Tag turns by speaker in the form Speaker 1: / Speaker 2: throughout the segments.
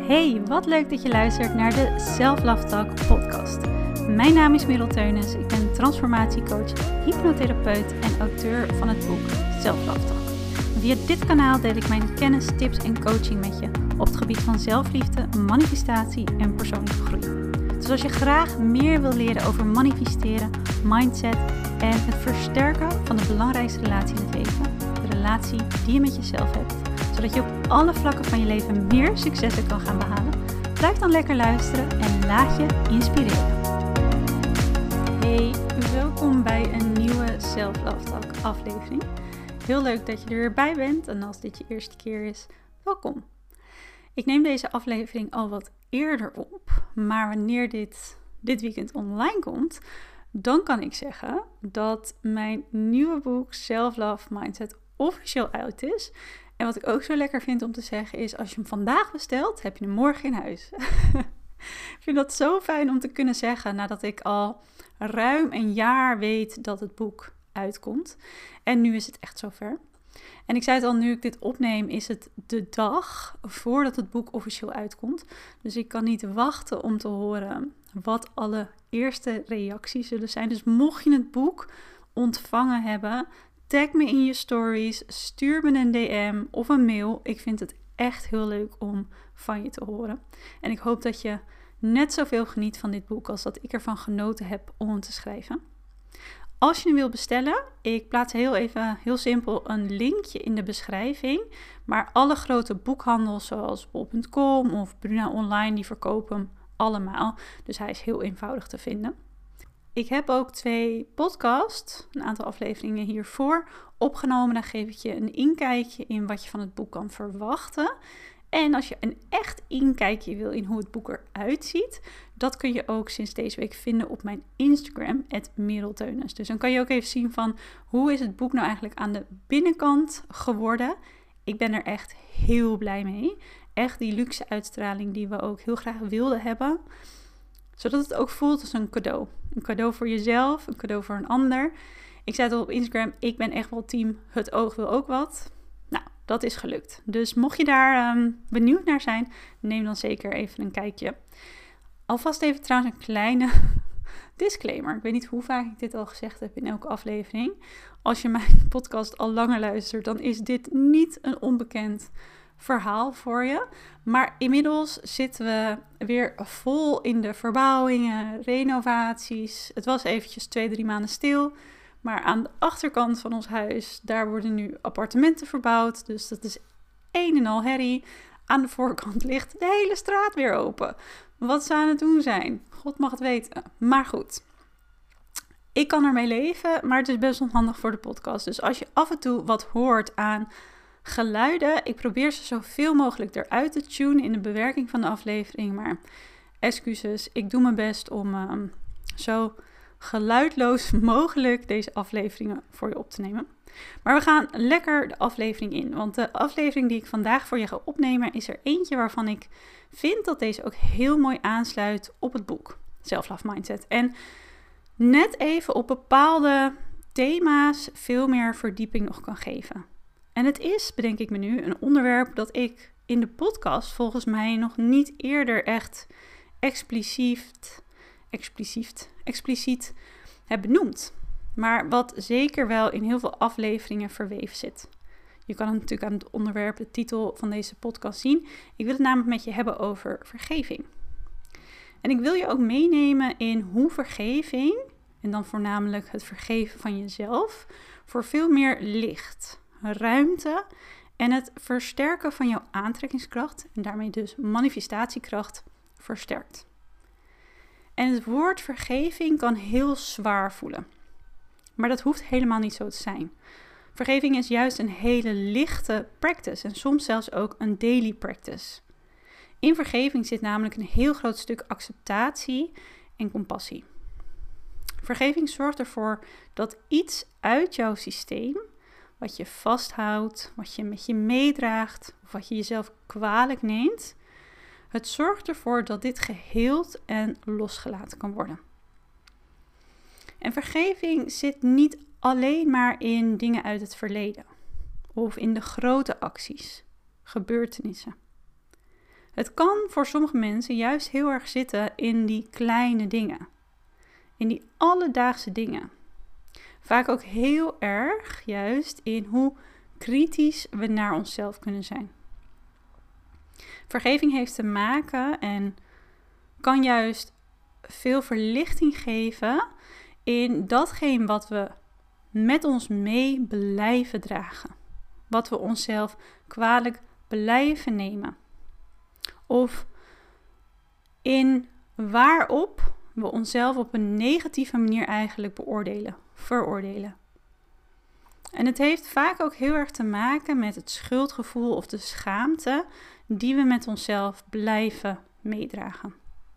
Speaker 1: Hey, wat leuk dat je luistert naar de Self Love Talk podcast. Mijn naam is Merel Teunis, ik ben transformatiecoach, hypnotherapeut en auteur van het boek Self Love Talk. Via dit kanaal deel ik mijn kennis, tips en coaching met je op het gebied van zelfliefde, manifestatie en persoonlijke groei. Dus als je graag meer wil leren over manifesteren, mindset en het versterken van de belangrijkste relatie in het leven, de relatie die je met jezelf hebt, zodat je op alle vlakken van je leven meer successen kan gaan behalen, blijf dan lekker luisteren en laat je inspireren. Hey, welkom bij een nieuwe Self Love Talk aflevering. Heel leuk dat je er weer bij bent en als dit je eerste keer is, welkom. Ik neem deze aflevering al wat eerder op, maar wanneer dit weekend online komt, dan kan ik zeggen dat mijn nieuwe boek Self Love Mindset officieel uit is. En wat ik ook zo lekker vind om te zeggen is, als je hem vandaag bestelt, heb je hem morgen in huis. Ik vind dat zo fijn om te kunnen zeggen, nadat ik al ruim een jaar weet dat het boek uitkomt. En nu is het echt zover. En ik zei het al, nu ik dit opneem, is het de dag voordat het boek officieel uitkomt. Dus ik kan niet wachten om te horen wat alle eerste reacties zullen zijn. Dus mocht je het boek ontvangen hebben, tag me in je stories, stuur me een DM of een mail. Ik vind het echt heel leuk om van je te horen. En ik hoop dat je net zoveel geniet van dit boek als dat ik ervan genoten heb om het te schrijven. Als je hem wil bestellen, ik plaats heel simpel een linkje in de beschrijving. Maar alle grote boekhandels zoals bol.com of Bruna Online, die verkopen hem allemaal. Dus hij is heel eenvoudig te vinden. Ik heb ook 2 podcasts, een aantal afleveringen hiervoor, opgenomen. Dan geef ik je een inkijkje in wat je van het boek kan verwachten. En als je een echt inkijkje wil in hoe het boek eruit ziet, dat kun je ook sinds deze week vinden op mijn Instagram, @merelteunis. Dus dan kan je ook even zien van hoe is het boek nou eigenlijk aan de binnenkant geworden. Ik ben er echt heel blij mee. Echt die luxe uitstraling die we ook heel graag wilden hebben. Zodat het ook voelt als een cadeau. Een cadeau voor jezelf, een cadeau voor een ander. Ik zei het al op Instagram, ik ben echt wel team het oog wil ook wat. Nou, dat is gelukt. Dus mocht je daar benieuwd naar zijn, neem dan zeker even een kijkje. Alvast even trouwens een kleine disclaimer. Ik weet niet hoe vaak ik dit al gezegd heb in elke aflevering. Als je mijn podcast al langer luistert, dan is dit niet een onbekend verhaal voor je. Maar inmiddels zitten we weer vol in de verbouwingen, renovaties. Het was eventjes 2-3 maanden stil. Maar aan de achterkant van ons huis, daar worden nu appartementen verbouwd. Dus dat is een en al herrie. Aan de voorkant ligt de hele straat weer open. Wat ze aan het doen zijn, God mag het weten. Maar goed, ik kan ermee leven, maar het is best onhandig voor de podcast. Dus als je af en toe wat hoort aan geluiden, ik probeer ze zoveel mogelijk eruit te tunen in de bewerking van de aflevering. Maar excuses, ik doe mijn best om zo geluidloos mogelijk deze afleveringen voor je op te nemen. Maar we gaan lekker de aflevering in. Want de aflevering die ik vandaag voor je ga opnemen is er eentje waarvan ik vind dat deze ook heel mooi aansluit op het boek Self Love Mindset. En net even op bepaalde thema's veel meer verdieping nog kan geven. En het is, bedenk ik me nu, een onderwerp dat ik in de podcast volgens mij nog niet eerder echt expliciet heb benoemd. Maar wat zeker wel in heel veel afleveringen verweven zit. Je kan het natuurlijk aan het onderwerp, de titel van deze podcast zien. Ik wil het namelijk met je hebben over vergeving. En ik wil je ook meenemen in hoe vergeving, en dan voornamelijk het vergeven van jezelf, voor veel meer licht, ruimte en het versterken van jouw aantrekkingskracht en daarmee dus manifestatiekracht versterkt. En het woord vergeving kan heel zwaar voelen. Maar dat hoeft helemaal niet zo te zijn. Vergeving is juist een hele lichte practice en soms zelfs ook een daily practice. In vergeving zit namelijk een heel groot stuk acceptatie en compassie. Vergeving zorgt ervoor dat iets uit jouw systeem, wat je vasthoudt, wat je met je meedraagt of wat je jezelf kwalijk neemt, het zorgt ervoor dat dit geheeld en losgelaten kan worden. En vergeving zit niet alleen maar in dingen uit het verleden of in de grote acties, gebeurtenissen. Het kan voor sommige mensen juist heel erg zitten in die kleine dingen. In die alledaagse dingen. Vaak ook heel erg juist in hoe kritisch we naar onszelf kunnen zijn. Vergeving heeft te maken en kan juist veel verlichting geven in datgene wat we met ons mee blijven dragen. Wat we onszelf kwalijk blijven nemen. Of in waarop we onszelf op een negatieve manier eigenlijk veroordelen. En het heeft vaak ook heel erg te maken met het schuldgevoel of de schaamte die we met onszelf blijven meedragen.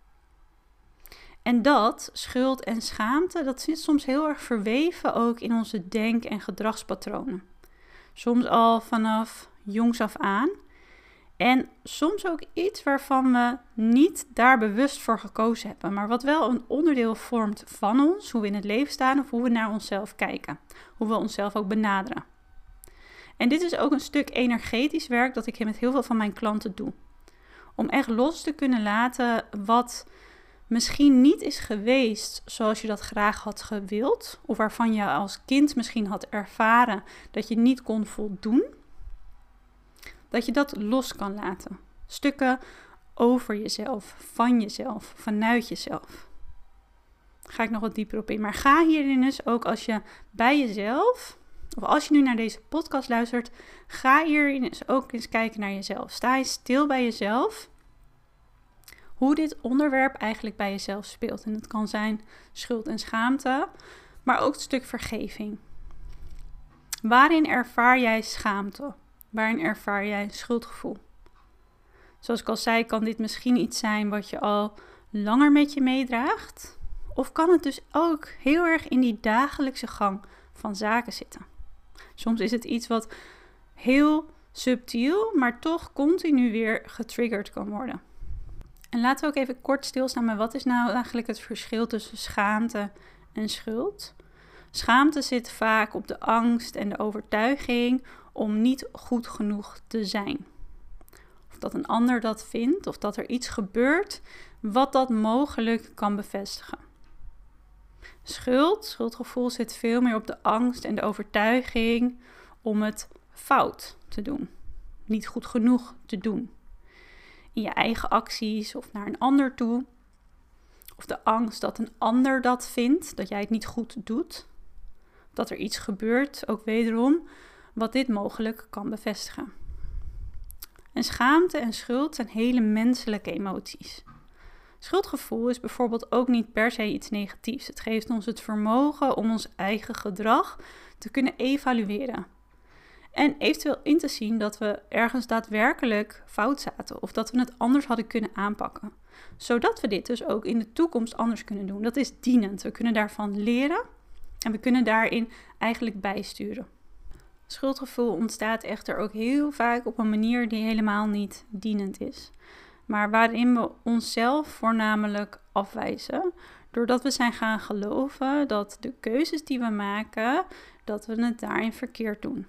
Speaker 1: En dat, schuld en schaamte, dat zit soms heel erg verweven ook in onze denk- en gedragspatronen. Soms al vanaf jongs af aan. En soms ook iets waarvan we niet daar bewust voor gekozen hebben, maar wat wel een onderdeel vormt van ons, hoe we in het leven staan of hoe we naar onszelf kijken. Hoe we onszelf ook benaderen. En dit is ook een stuk energetisch werk dat ik met heel veel van mijn klanten doe. Om echt los te kunnen laten wat misschien niet is geweest zoals je dat graag had gewild. Of waarvan je als kind misschien had ervaren dat je niet kon voldoen. Dat je dat los kan laten. Stukken over jezelf, van jezelf, vanuit jezelf. Daar ga ik nog wat dieper op in. Maar ga hierin eens ook als je bij jezelf, of als je nu naar deze podcast luistert, ga hierin eens ook eens kijken naar jezelf. Sta eens stil bij jezelf. Hoe dit onderwerp eigenlijk bij jezelf speelt. En het kan zijn schuld en schaamte, maar ook het stuk vergeving. Waarin ervaar jij schaamte? Waarin ervaar jij schuldgevoel? Zoals ik al zei, kan dit misschien iets zijn wat je al langer met je meedraagt. Of kan het dus ook heel erg in die dagelijkse gang van zaken zitten. Soms is het iets wat heel subtiel, maar toch continu weer getriggerd kan worden. En laten we ook even kort stilstaan met wat is nou eigenlijk het verschil tussen schaamte en schuld. Schaamte zit vaak op de angst en de overtuiging om niet goed genoeg te zijn. Of dat een ander dat vindt, of dat er iets gebeurt wat dat mogelijk kan bevestigen. Schuldgevoel zit veel meer op de angst en de overtuiging om het fout te doen. Niet goed genoeg te doen. In je eigen acties of naar een ander toe. Of de angst dat een ander dat vindt, dat jij het niet goed doet. Dat er iets gebeurt, ook wederom, wat dit mogelijk kan bevestigen. En schaamte en schuld zijn hele menselijke emoties. Schuldgevoel is bijvoorbeeld ook niet per se iets negatiefs. Het geeft ons het vermogen om ons eigen gedrag te kunnen evalueren. En eventueel in te zien dat we ergens daadwerkelijk fout zaten. Of dat we het anders hadden kunnen aanpakken. Zodat we dit dus ook in de toekomst anders kunnen doen. Dat is dienend. We kunnen daarvan leren. En we kunnen daarin eigenlijk bijsturen. Schuldgevoel ontstaat echter ook heel vaak op een manier die helemaal niet dienend is. Maar waarin we onszelf voornamelijk afwijzen. Doordat we zijn gaan geloven dat de keuzes die we maken, dat we het daarin verkeerd doen.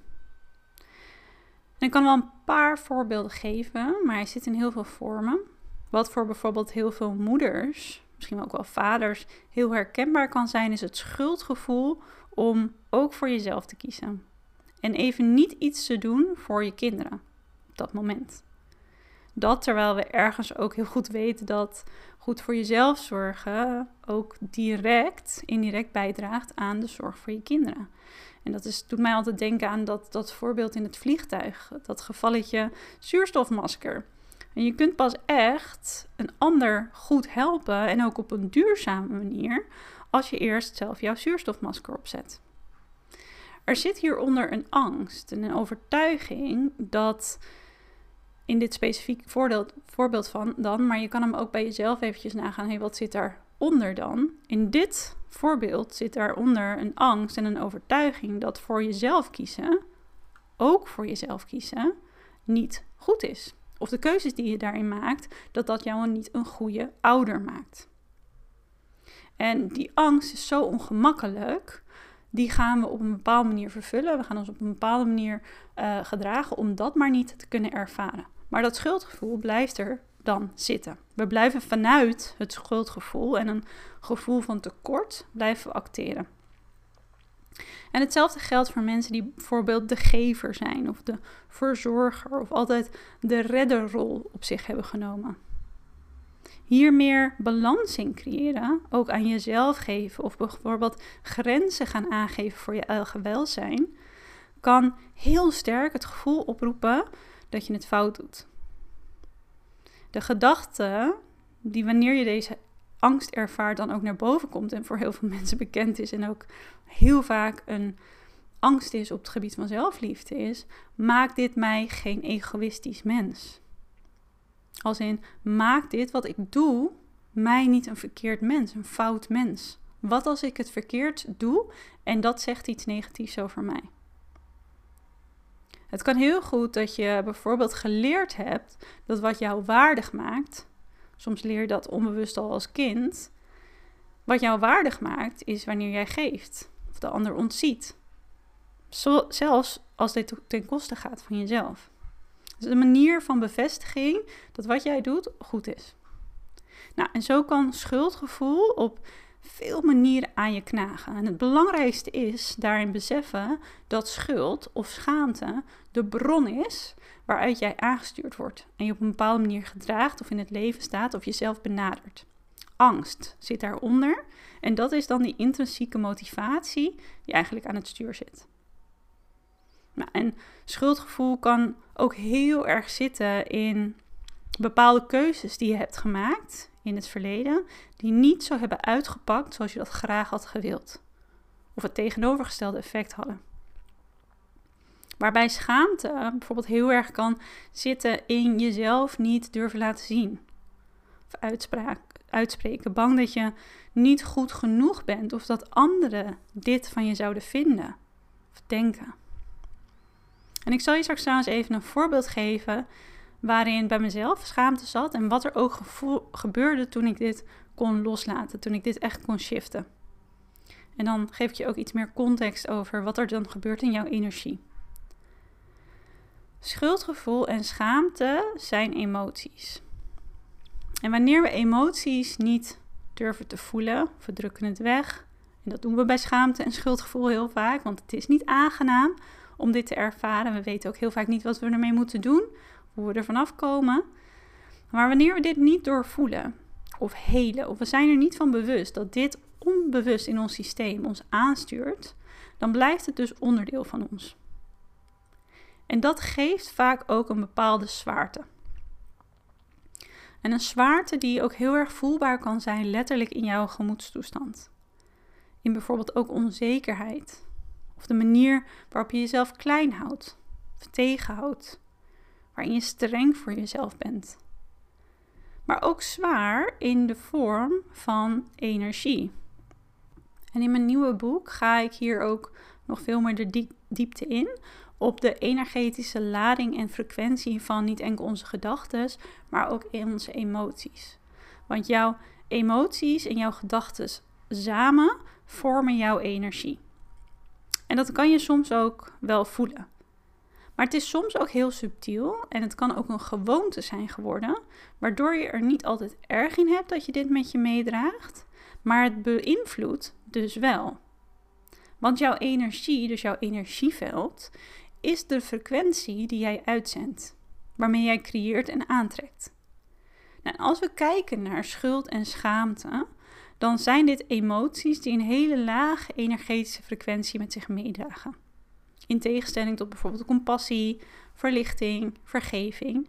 Speaker 1: En ik kan wel een paar voorbeelden geven, maar hij zit in heel veel vormen. Wat voor bijvoorbeeld heel veel moeders, misschien ook wel vaders, heel herkenbaar kan zijn, is het schuldgevoel om ook voor jezelf te kiezen. En even niet iets te doen voor je kinderen op dat moment. Dat terwijl we ergens ook heel goed weten dat goed voor jezelf zorgen ook indirect bijdraagt aan de zorg voor je kinderen. En dat doet mij altijd denken aan dat voorbeeld in het vliegtuig. Dat gevalletje zuurstofmasker. En je kunt pas echt een ander goed helpen en ook op een duurzame manier als je eerst zelf jouw zuurstofmasker opzet. Er zit hieronder een angst en een overtuiging dat in dit specifiek voorbeeld van dan, maar je kan hem ook bij jezelf eventjes nagaan, wat zit daaronder dan? In dit voorbeeld zit daaronder een angst en een overtuiging dat voor jezelf kiezen, ook voor jezelf kiezen, niet goed is. Of de keuzes die je daarin maakt, dat jou niet een goede ouder maakt. En die angst is zo ongemakkelijk, die gaan we op een bepaalde manier vervullen. We gaan ons op een bepaalde manier gedragen om dat maar niet te kunnen ervaren. Maar dat schuldgevoel blijft er dan zitten. We blijven vanuit het schuldgevoel en een gevoel van tekort blijven we acteren. En hetzelfde geldt voor mensen die bijvoorbeeld de gever zijn of de verzorger of altijd de redderrol op zich hebben genomen. Hier meer balans in creëren, ook aan jezelf geven of bijvoorbeeld grenzen gaan aangeven voor je eigen welzijn, kan heel sterk het gevoel oproepen dat je het fout doet. De gedachte die wanneer je deze angst ervaart dan ook naar boven komt en voor heel veel mensen bekend is en ook heel vaak een angst is op het gebied van zelfliefde is, maakt dit mij geen egoïstisch mens. Als in, maakt dit wat ik doe mij niet een verkeerd mens, een fout mens. Wat als ik het verkeerd doe en dat zegt iets negatiefs over mij? Het kan heel goed dat je bijvoorbeeld geleerd hebt dat wat jou waardig maakt, soms leer je dat onbewust al als kind, wat jou waardig maakt is wanneer jij geeft of de ander ontziet. Zelfs als dit ten koste gaat van jezelf. Dus een manier van bevestiging dat wat jij doet goed is. Nou, en zo kan schuldgevoel op veel manieren aan je knagen. En het belangrijkste is daarin beseffen dat schuld of schaamte de bron is waaruit jij aangestuurd wordt. En je op een bepaalde manier gedraagt of in het leven staat of jezelf benadert. Angst zit daaronder en dat is dan die intrinsieke motivatie die eigenlijk aan het stuur zit. Nou, en schuldgevoel kan ook heel erg zitten in bepaalde keuzes die je hebt gemaakt in het verleden, die niet zo hebben uitgepakt zoals je dat graag had gewild. Of het tegenovergestelde effect hadden. Waarbij schaamte bijvoorbeeld heel erg kan zitten in jezelf niet durven laten zien. Of uitspreken. Bang dat je niet goed genoeg bent of dat anderen dit van je zouden vinden of denken. En ik zal je straks trouwens even een voorbeeld geven waarin bij mezelf schaamte zat en wat er ook gebeurde toen ik dit kon loslaten, toen ik dit echt kon shiften. En dan geef ik je ook iets meer context over wat er dan gebeurt in jouw energie. Schuldgevoel en schaamte zijn emoties. En wanneer we emoties niet durven te voelen, we drukken het weg. En dat doen we bij schaamte en schuldgevoel heel vaak, want het is niet aangenaam om dit te ervaren. We weten ook heel vaak niet wat we ermee moeten doen, hoe we er vanaf komen. Maar wanneer we dit niet doorvoelen of helen, of we zijn er niet van bewust dat dit onbewust in ons systeem ons aanstuurt, dan blijft het dus onderdeel van ons. En dat geeft vaak ook een bepaalde zwaarte. En een zwaarte die ook heel erg voelbaar kan zijn letterlijk in jouw gemoedstoestand. In bijvoorbeeld ook onzekerheid. Of de manier waarop je jezelf klein houdt of tegenhoudt. Waarin je streng voor jezelf bent. Maar ook zwaar in de vorm van energie. En in mijn nieuwe boek ga ik hier ook nog veel meer de diepte in. Op de energetische lading en frequentie van niet enkel onze gedachten, maar ook in onze emoties. Want jouw emoties en jouw gedachten samen vormen jouw energie. En dat kan je soms ook wel voelen. Maar het is soms ook heel subtiel en het kan ook een gewoonte zijn geworden, waardoor je er niet altijd erg in hebt dat je dit met je meedraagt, maar het beïnvloedt dus wel. Want jouw energie, dus jouw energieveld, is de frequentie die jij uitzendt, waarmee jij creëert en aantrekt. Nou, als we kijken naar schuld en schaamte, dan zijn dit emoties die een hele lage energetische frequentie met zich meedragen. In tegenstelling tot bijvoorbeeld compassie, verlichting, vergeving.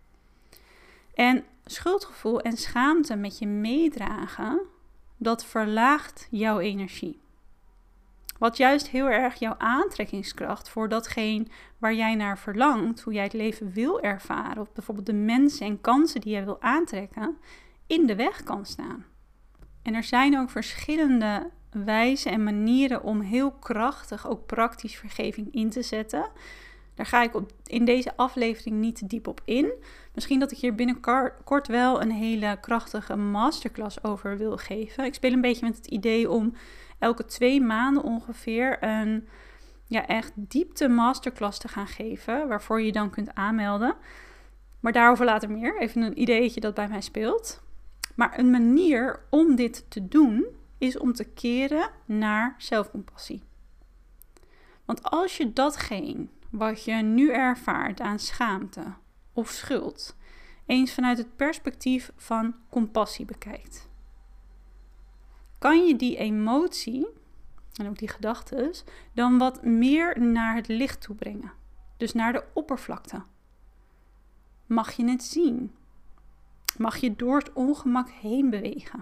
Speaker 1: En schuldgevoel en schaamte met je meedragen, dat verlaagt jouw energie. Wat juist heel erg jouw aantrekkingskracht voor datgene waar jij naar verlangt, hoe jij het leven wil ervaren, of bijvoorbeeld de mensen en kansen die jij wil aantrekken, in de weg kan staan. En er zijn ook verschillende wijzen en manieren om heel krachtig ook praktisch vergeving in te zetten. Daar ga ik in deze aflevering niet te diep op in. Misschien dat ik hier binnenkort wel een hele krachtige masterclass over wil geven. Ik speel een beetje met het idee om elke 2 maanden ongeveer een echt diepte masterclass te gaan geven, waarvoor je dan kunt aanmelden. Maar daarover later meer. Even een ideetje dat bij mij speelt. Maar een manier om dit te doen is om te keren naar zelfcompassie. Want als je datgene wat je nu ervaart aan schaamte of schuld eens vanuit het perspectief van compassie bekijkt, kan je die emotie en ook die gedachtes dan wat meer naar het licht toe brengen. Dus naar de oppervlakte. Mag je het zien? Mag je door het ongemak heen bewegen?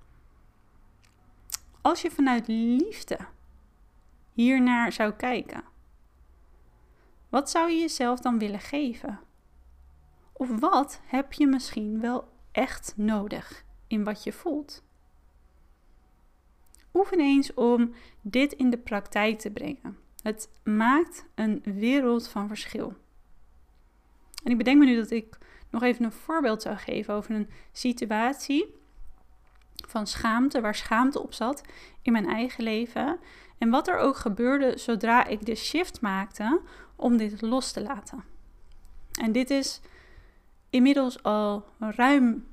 Speaker 1: Als je vanuit liefde hiernaar zou kijken, wat zou je jezelf dan willen geven? Of wat heb je misschien wel echt nodig in wat je voelt? Oefen eens om dit in de praktijk te brengen. Het maakt een wereld van verschil. En ik bedenk me nu dat ik nog even een voorbeeld zou geven over een situatie van schaamte, waar schaamte op zat in mijn eigen leven. En wat er ook gebeurde zodra ik de shift maakte om dit los te laten. En dit is inmiddels al ruim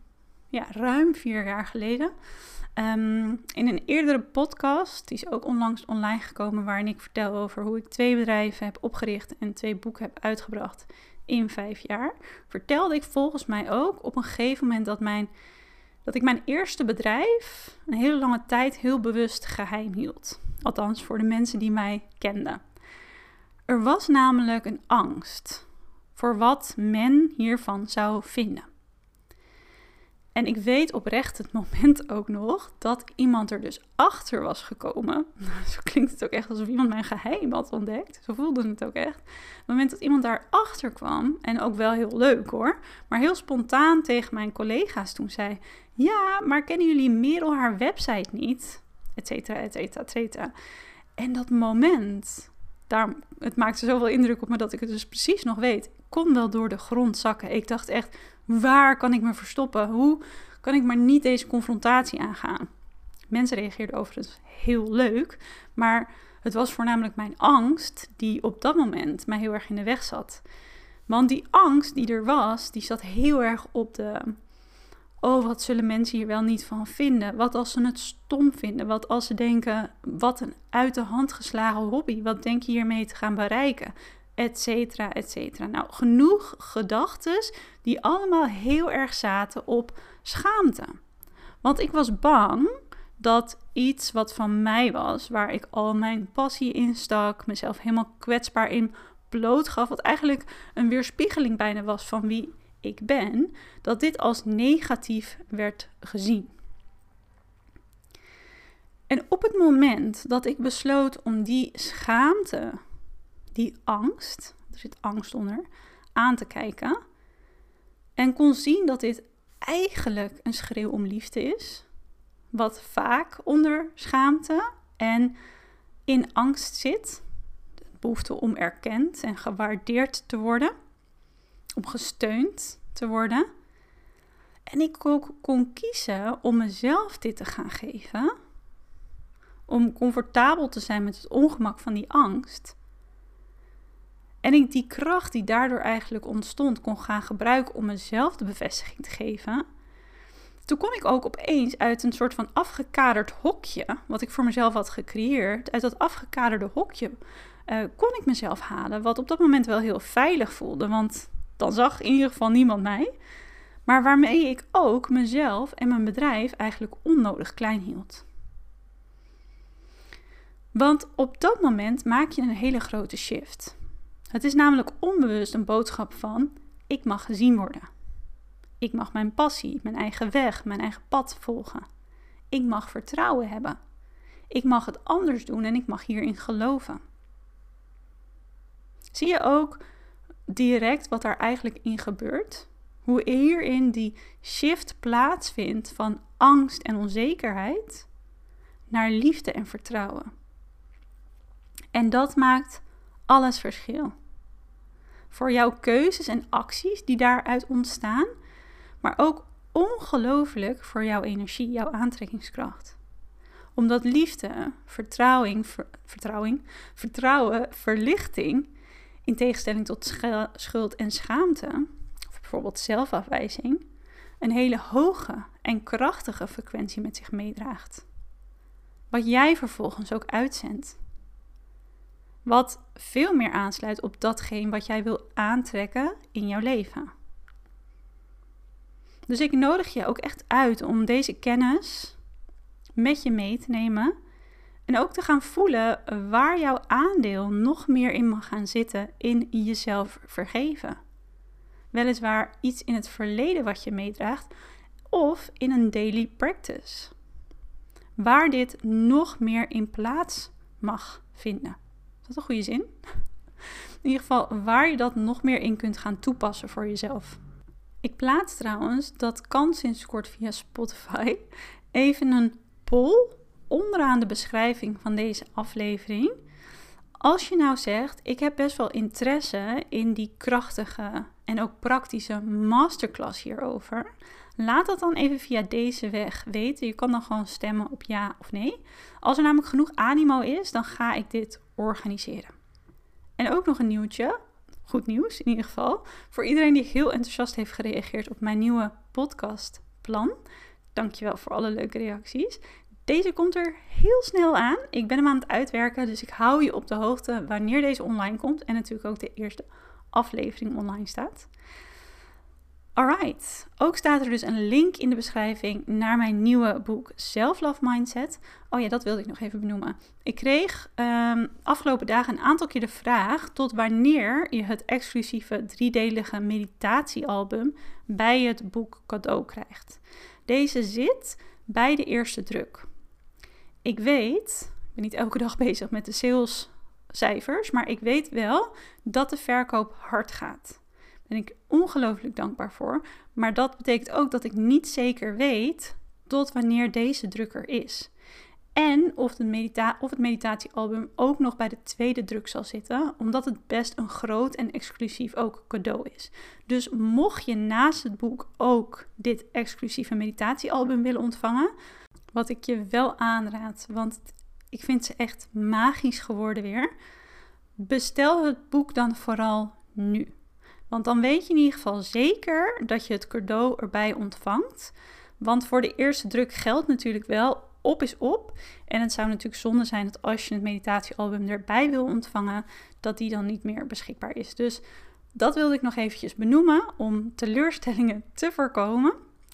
Speaker 1: 4 jaar geleden. In een eerdere podcast, die is ook onlangs online gekomen, waarin ik vertel over hoe ik 2 bedrijven heb opgericht en 2 boeken heb uitgebracht in 5 jaar, vertelde ik volgens mij ook op een gegeven moment dat ik mijn eerste bedrijf een hele lange tijd heel bewust geheim hield. Althans, voor de mensen die mij kenden. Er was namelijk een angst voor wat men hiervan zou vinden. En ik weet oprecht het moment ook nog dat iemand er dus achter was gekomen. Zo klinkt het ook echt alsof iemand mijn geheim had ontdekt. Zo voelde het ook echt. Het moment dat iemand daar achter kwam, en ook wel heel leuk hoor, maar heel spontaan tegen mijn collega's toen zei: ja, maar kennen jullie Merel haar website niet? Etcetera, etcetera, etcetera. En dat moment, het maakte zoveel indruk op me dat ik het dus precies nog weet. Ik kon wel door de grond zakken. Ik dacht echt, waar kan ik me verstoppen? Hoe kan ik maar niet deze confrontatie aangaan? Mensen reageerden overigens heel leuk, maar het was voornamelijk mijn angst die op dat moment mij heel erg in de weg zat. Want die angst die er was, die zat heel erg op de: oh, wat zullen mensen hier wel niet van vinden? Wat als ze het stom vinden? Wat als ze denken, wat een uit de hand geslagen hobby. Wat denk je hiermee te gaan bereiken? Etcetera, etcetera. Nou, genoeg gedachtes die allemaal heel erg zaten op schaamte. Want ik was bang dat iets wat van mij was, waar ik al mijn passie in stak, mezelf helemaal kwetsbaar in bloot gaf, wat eigenlijk een weerspiegeling bijna was van wie ik ben, dat dit als negatief werd gezien. En op het moment dat ik besloot om die schaamte, die angst, er zit angst onder, aan te kijken en kon zien dat dit eigenlijk een schreeuw om liefde is, wat vaak onder schaamte en in angst zit, de behoefte om erkend en gewaardeerd te worden, om gesteund te worden. En ik ook kon kiezen om mezelf dit te gaan geven, om comfortabel te zijn met het ongemak van die angst. En ik die kracht die daardoor eigenlijk ontstond kon gaan gebruiken om mezelf de bevestiging te geven. Toen kon ik ook opeens uit een soort van afgekaderd hokje, wat ik voor mezelf had gecreëerd, uit dat afgekaderde hokje kon ik mezelf halen, wat op dat moment wel heel veilig voelde, want dan zag in ieder geval niemand mij. Maar waarmee ik ook mezelf en mijn bedrijf eigenlijk onnodig klein hield. Want op dat moment maak je een hele grote shift. Het is namelijk onbewust een boodschap van: ik mag gezien worden. Ik mag mijn passie, mijn eigen weg, mijn eigen pad volgen. Ik mag vertrouwen hebben. Ik mag het anders doen en ik mag hierin geloven. Zie je ook direct wat daar eigenlijk in gebeurt? Hoe hierin die shift plaatsvindt van angst en onzekerheid naar liefde en vertrouwen. En dat maakt alles verschil. Voor jouw keuzes en acties die daaruit ontstaan, maar ook ongelooflijk voor jouw energie, jouw aantrekkingskracht. Omdat liefde, vertrouwen, verlichting, in tegenstelling tot schuld en schaamte, of bijvoorbeeld zelfafwijzing, een hele hoge en krachtige frequentie met zich meedraagt. Wat jij vervolgens ook uitzendt. Wat veel meer aansluit op datgene wat jij wil aantrekken in jouw leven. Dus ik nodig je ook echt uit om deze kennis met je mee te nemen. En ook te gaan voelen waar jouw aandeel nog meer in mag gaan zitten in jezelf vergeven. Weliswaar iets in het verleden wat je meedraagt of in een daily practice. Waar dit nog meer in plaats mag vinden. Is dat een goede zin? In ieder geval waar je dat nog meer in kunt gaan toepassen voor jezelf. Ik plaats trouwens, dat kan sinds kort via Spotify, even een poll onderaan de beschrijving van deze aflevering. Als je nou zegt, ik heb best wel interesse in die krachtige en ook praktische masterclass hierover. Laat dat dan even via deze weg weten. Je kan dan gewoon stemmen op ja of nee. Als er namelijk genoeg animo is, dan ga ik dit organiseren. En ook nog een nieuwtje. Goed nieuws in ieder geval. Voor iedereen die heel enthousiast heeft gereageerd op mijn nieuwe podcastplan. Dankjewel voor alle leuke reacties. Deze komt er heel snel aan. Ik ben hem aan het uitwerken, dus ik hou je op de hoogte wanneer deze online komt. En natuurlijk ook de eerste aflevering online staat. Alright, ook staat er dus een link in de beschrijving naar mijn nieuwe boek Self-Love Mindset. Oh ja, dat wilde ik nog even benoemen. Ik kreeg afgelopen dagen een aantal keer de vraag tot wanneer je het exclusieve 3-delige meditatiealbum bij het boek cadeau krijgt. Deze zit bij de eerste druk. Ik weet, ik ben niet elke dag bezig met de salescijfers, maar ik weet wel dat de verkoop hard gaat. Daar ben ik ongelooflijk dankbaar voor. Maar dat betekent ook dat ik niet zeker weet tot wanneer deze druk er is. En of het meditatiealbum ook nog bij de tweede druk zal zitten, omdat het best een groot en exclusief ook cadeau is. Dus mocht je naast het boek ook dit exclusieve meditatiealbum willen ontvangen, wat ik je wel aanraad, want ik vind ze echt magisch geworden weer, bestel het boek dan vooral nu. Want dan weet je in ieder geval zeker dat je het cadeau erbij ontvangt. Want voor de eerste druk geldt natuurlijk wel, op is op. En het zou natuurlijk zonde zijn dat als je het meditatiealbum erbij wil ontvangen, dat die dan niet meer beschikbaar is. Dus dat wilde ik nog eventjes benoemen om teleurstellingen te voorkomen.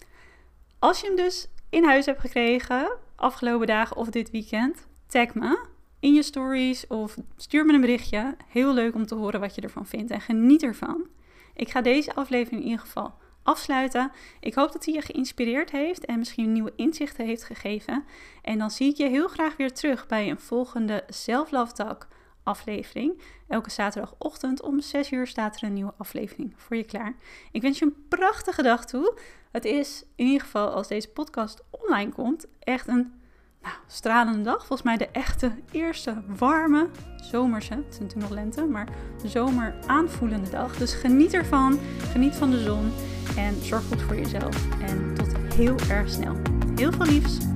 Speaker 1: Als je hem dus in huis hebt gekregen, afgelopen dagen of dit weekend, tag me in je stories of stuur me een berichtje. Heel leuk om te horen wat je ervan vindt en geniet ervan. Ik ga deze aflevering in ieder geval afsluiten. Ik hoop dat hij je geïnspireerd heeft en misschien nieuwe inzichten heeft gegeven. En dan zie ik je heel graag weer terug bij een volgende Self-Love Talk aflevering. Elke zaterdagochtend om 6 uur staat er een nieuwe aflevering voor je klaar. Ik wens je een prachtige dag toe. Het is in ieder geval, als deze podcast online komt, echt een stralende dag. Volgens mij de echte eerste warme zomerse, het is natuurlijk nog lente, maar zomer aanvoelende dag. Dus geniet ervan, geniet van de zon en zorg goed voor jezelf. En tot heel erg snel. Heel veel liefs.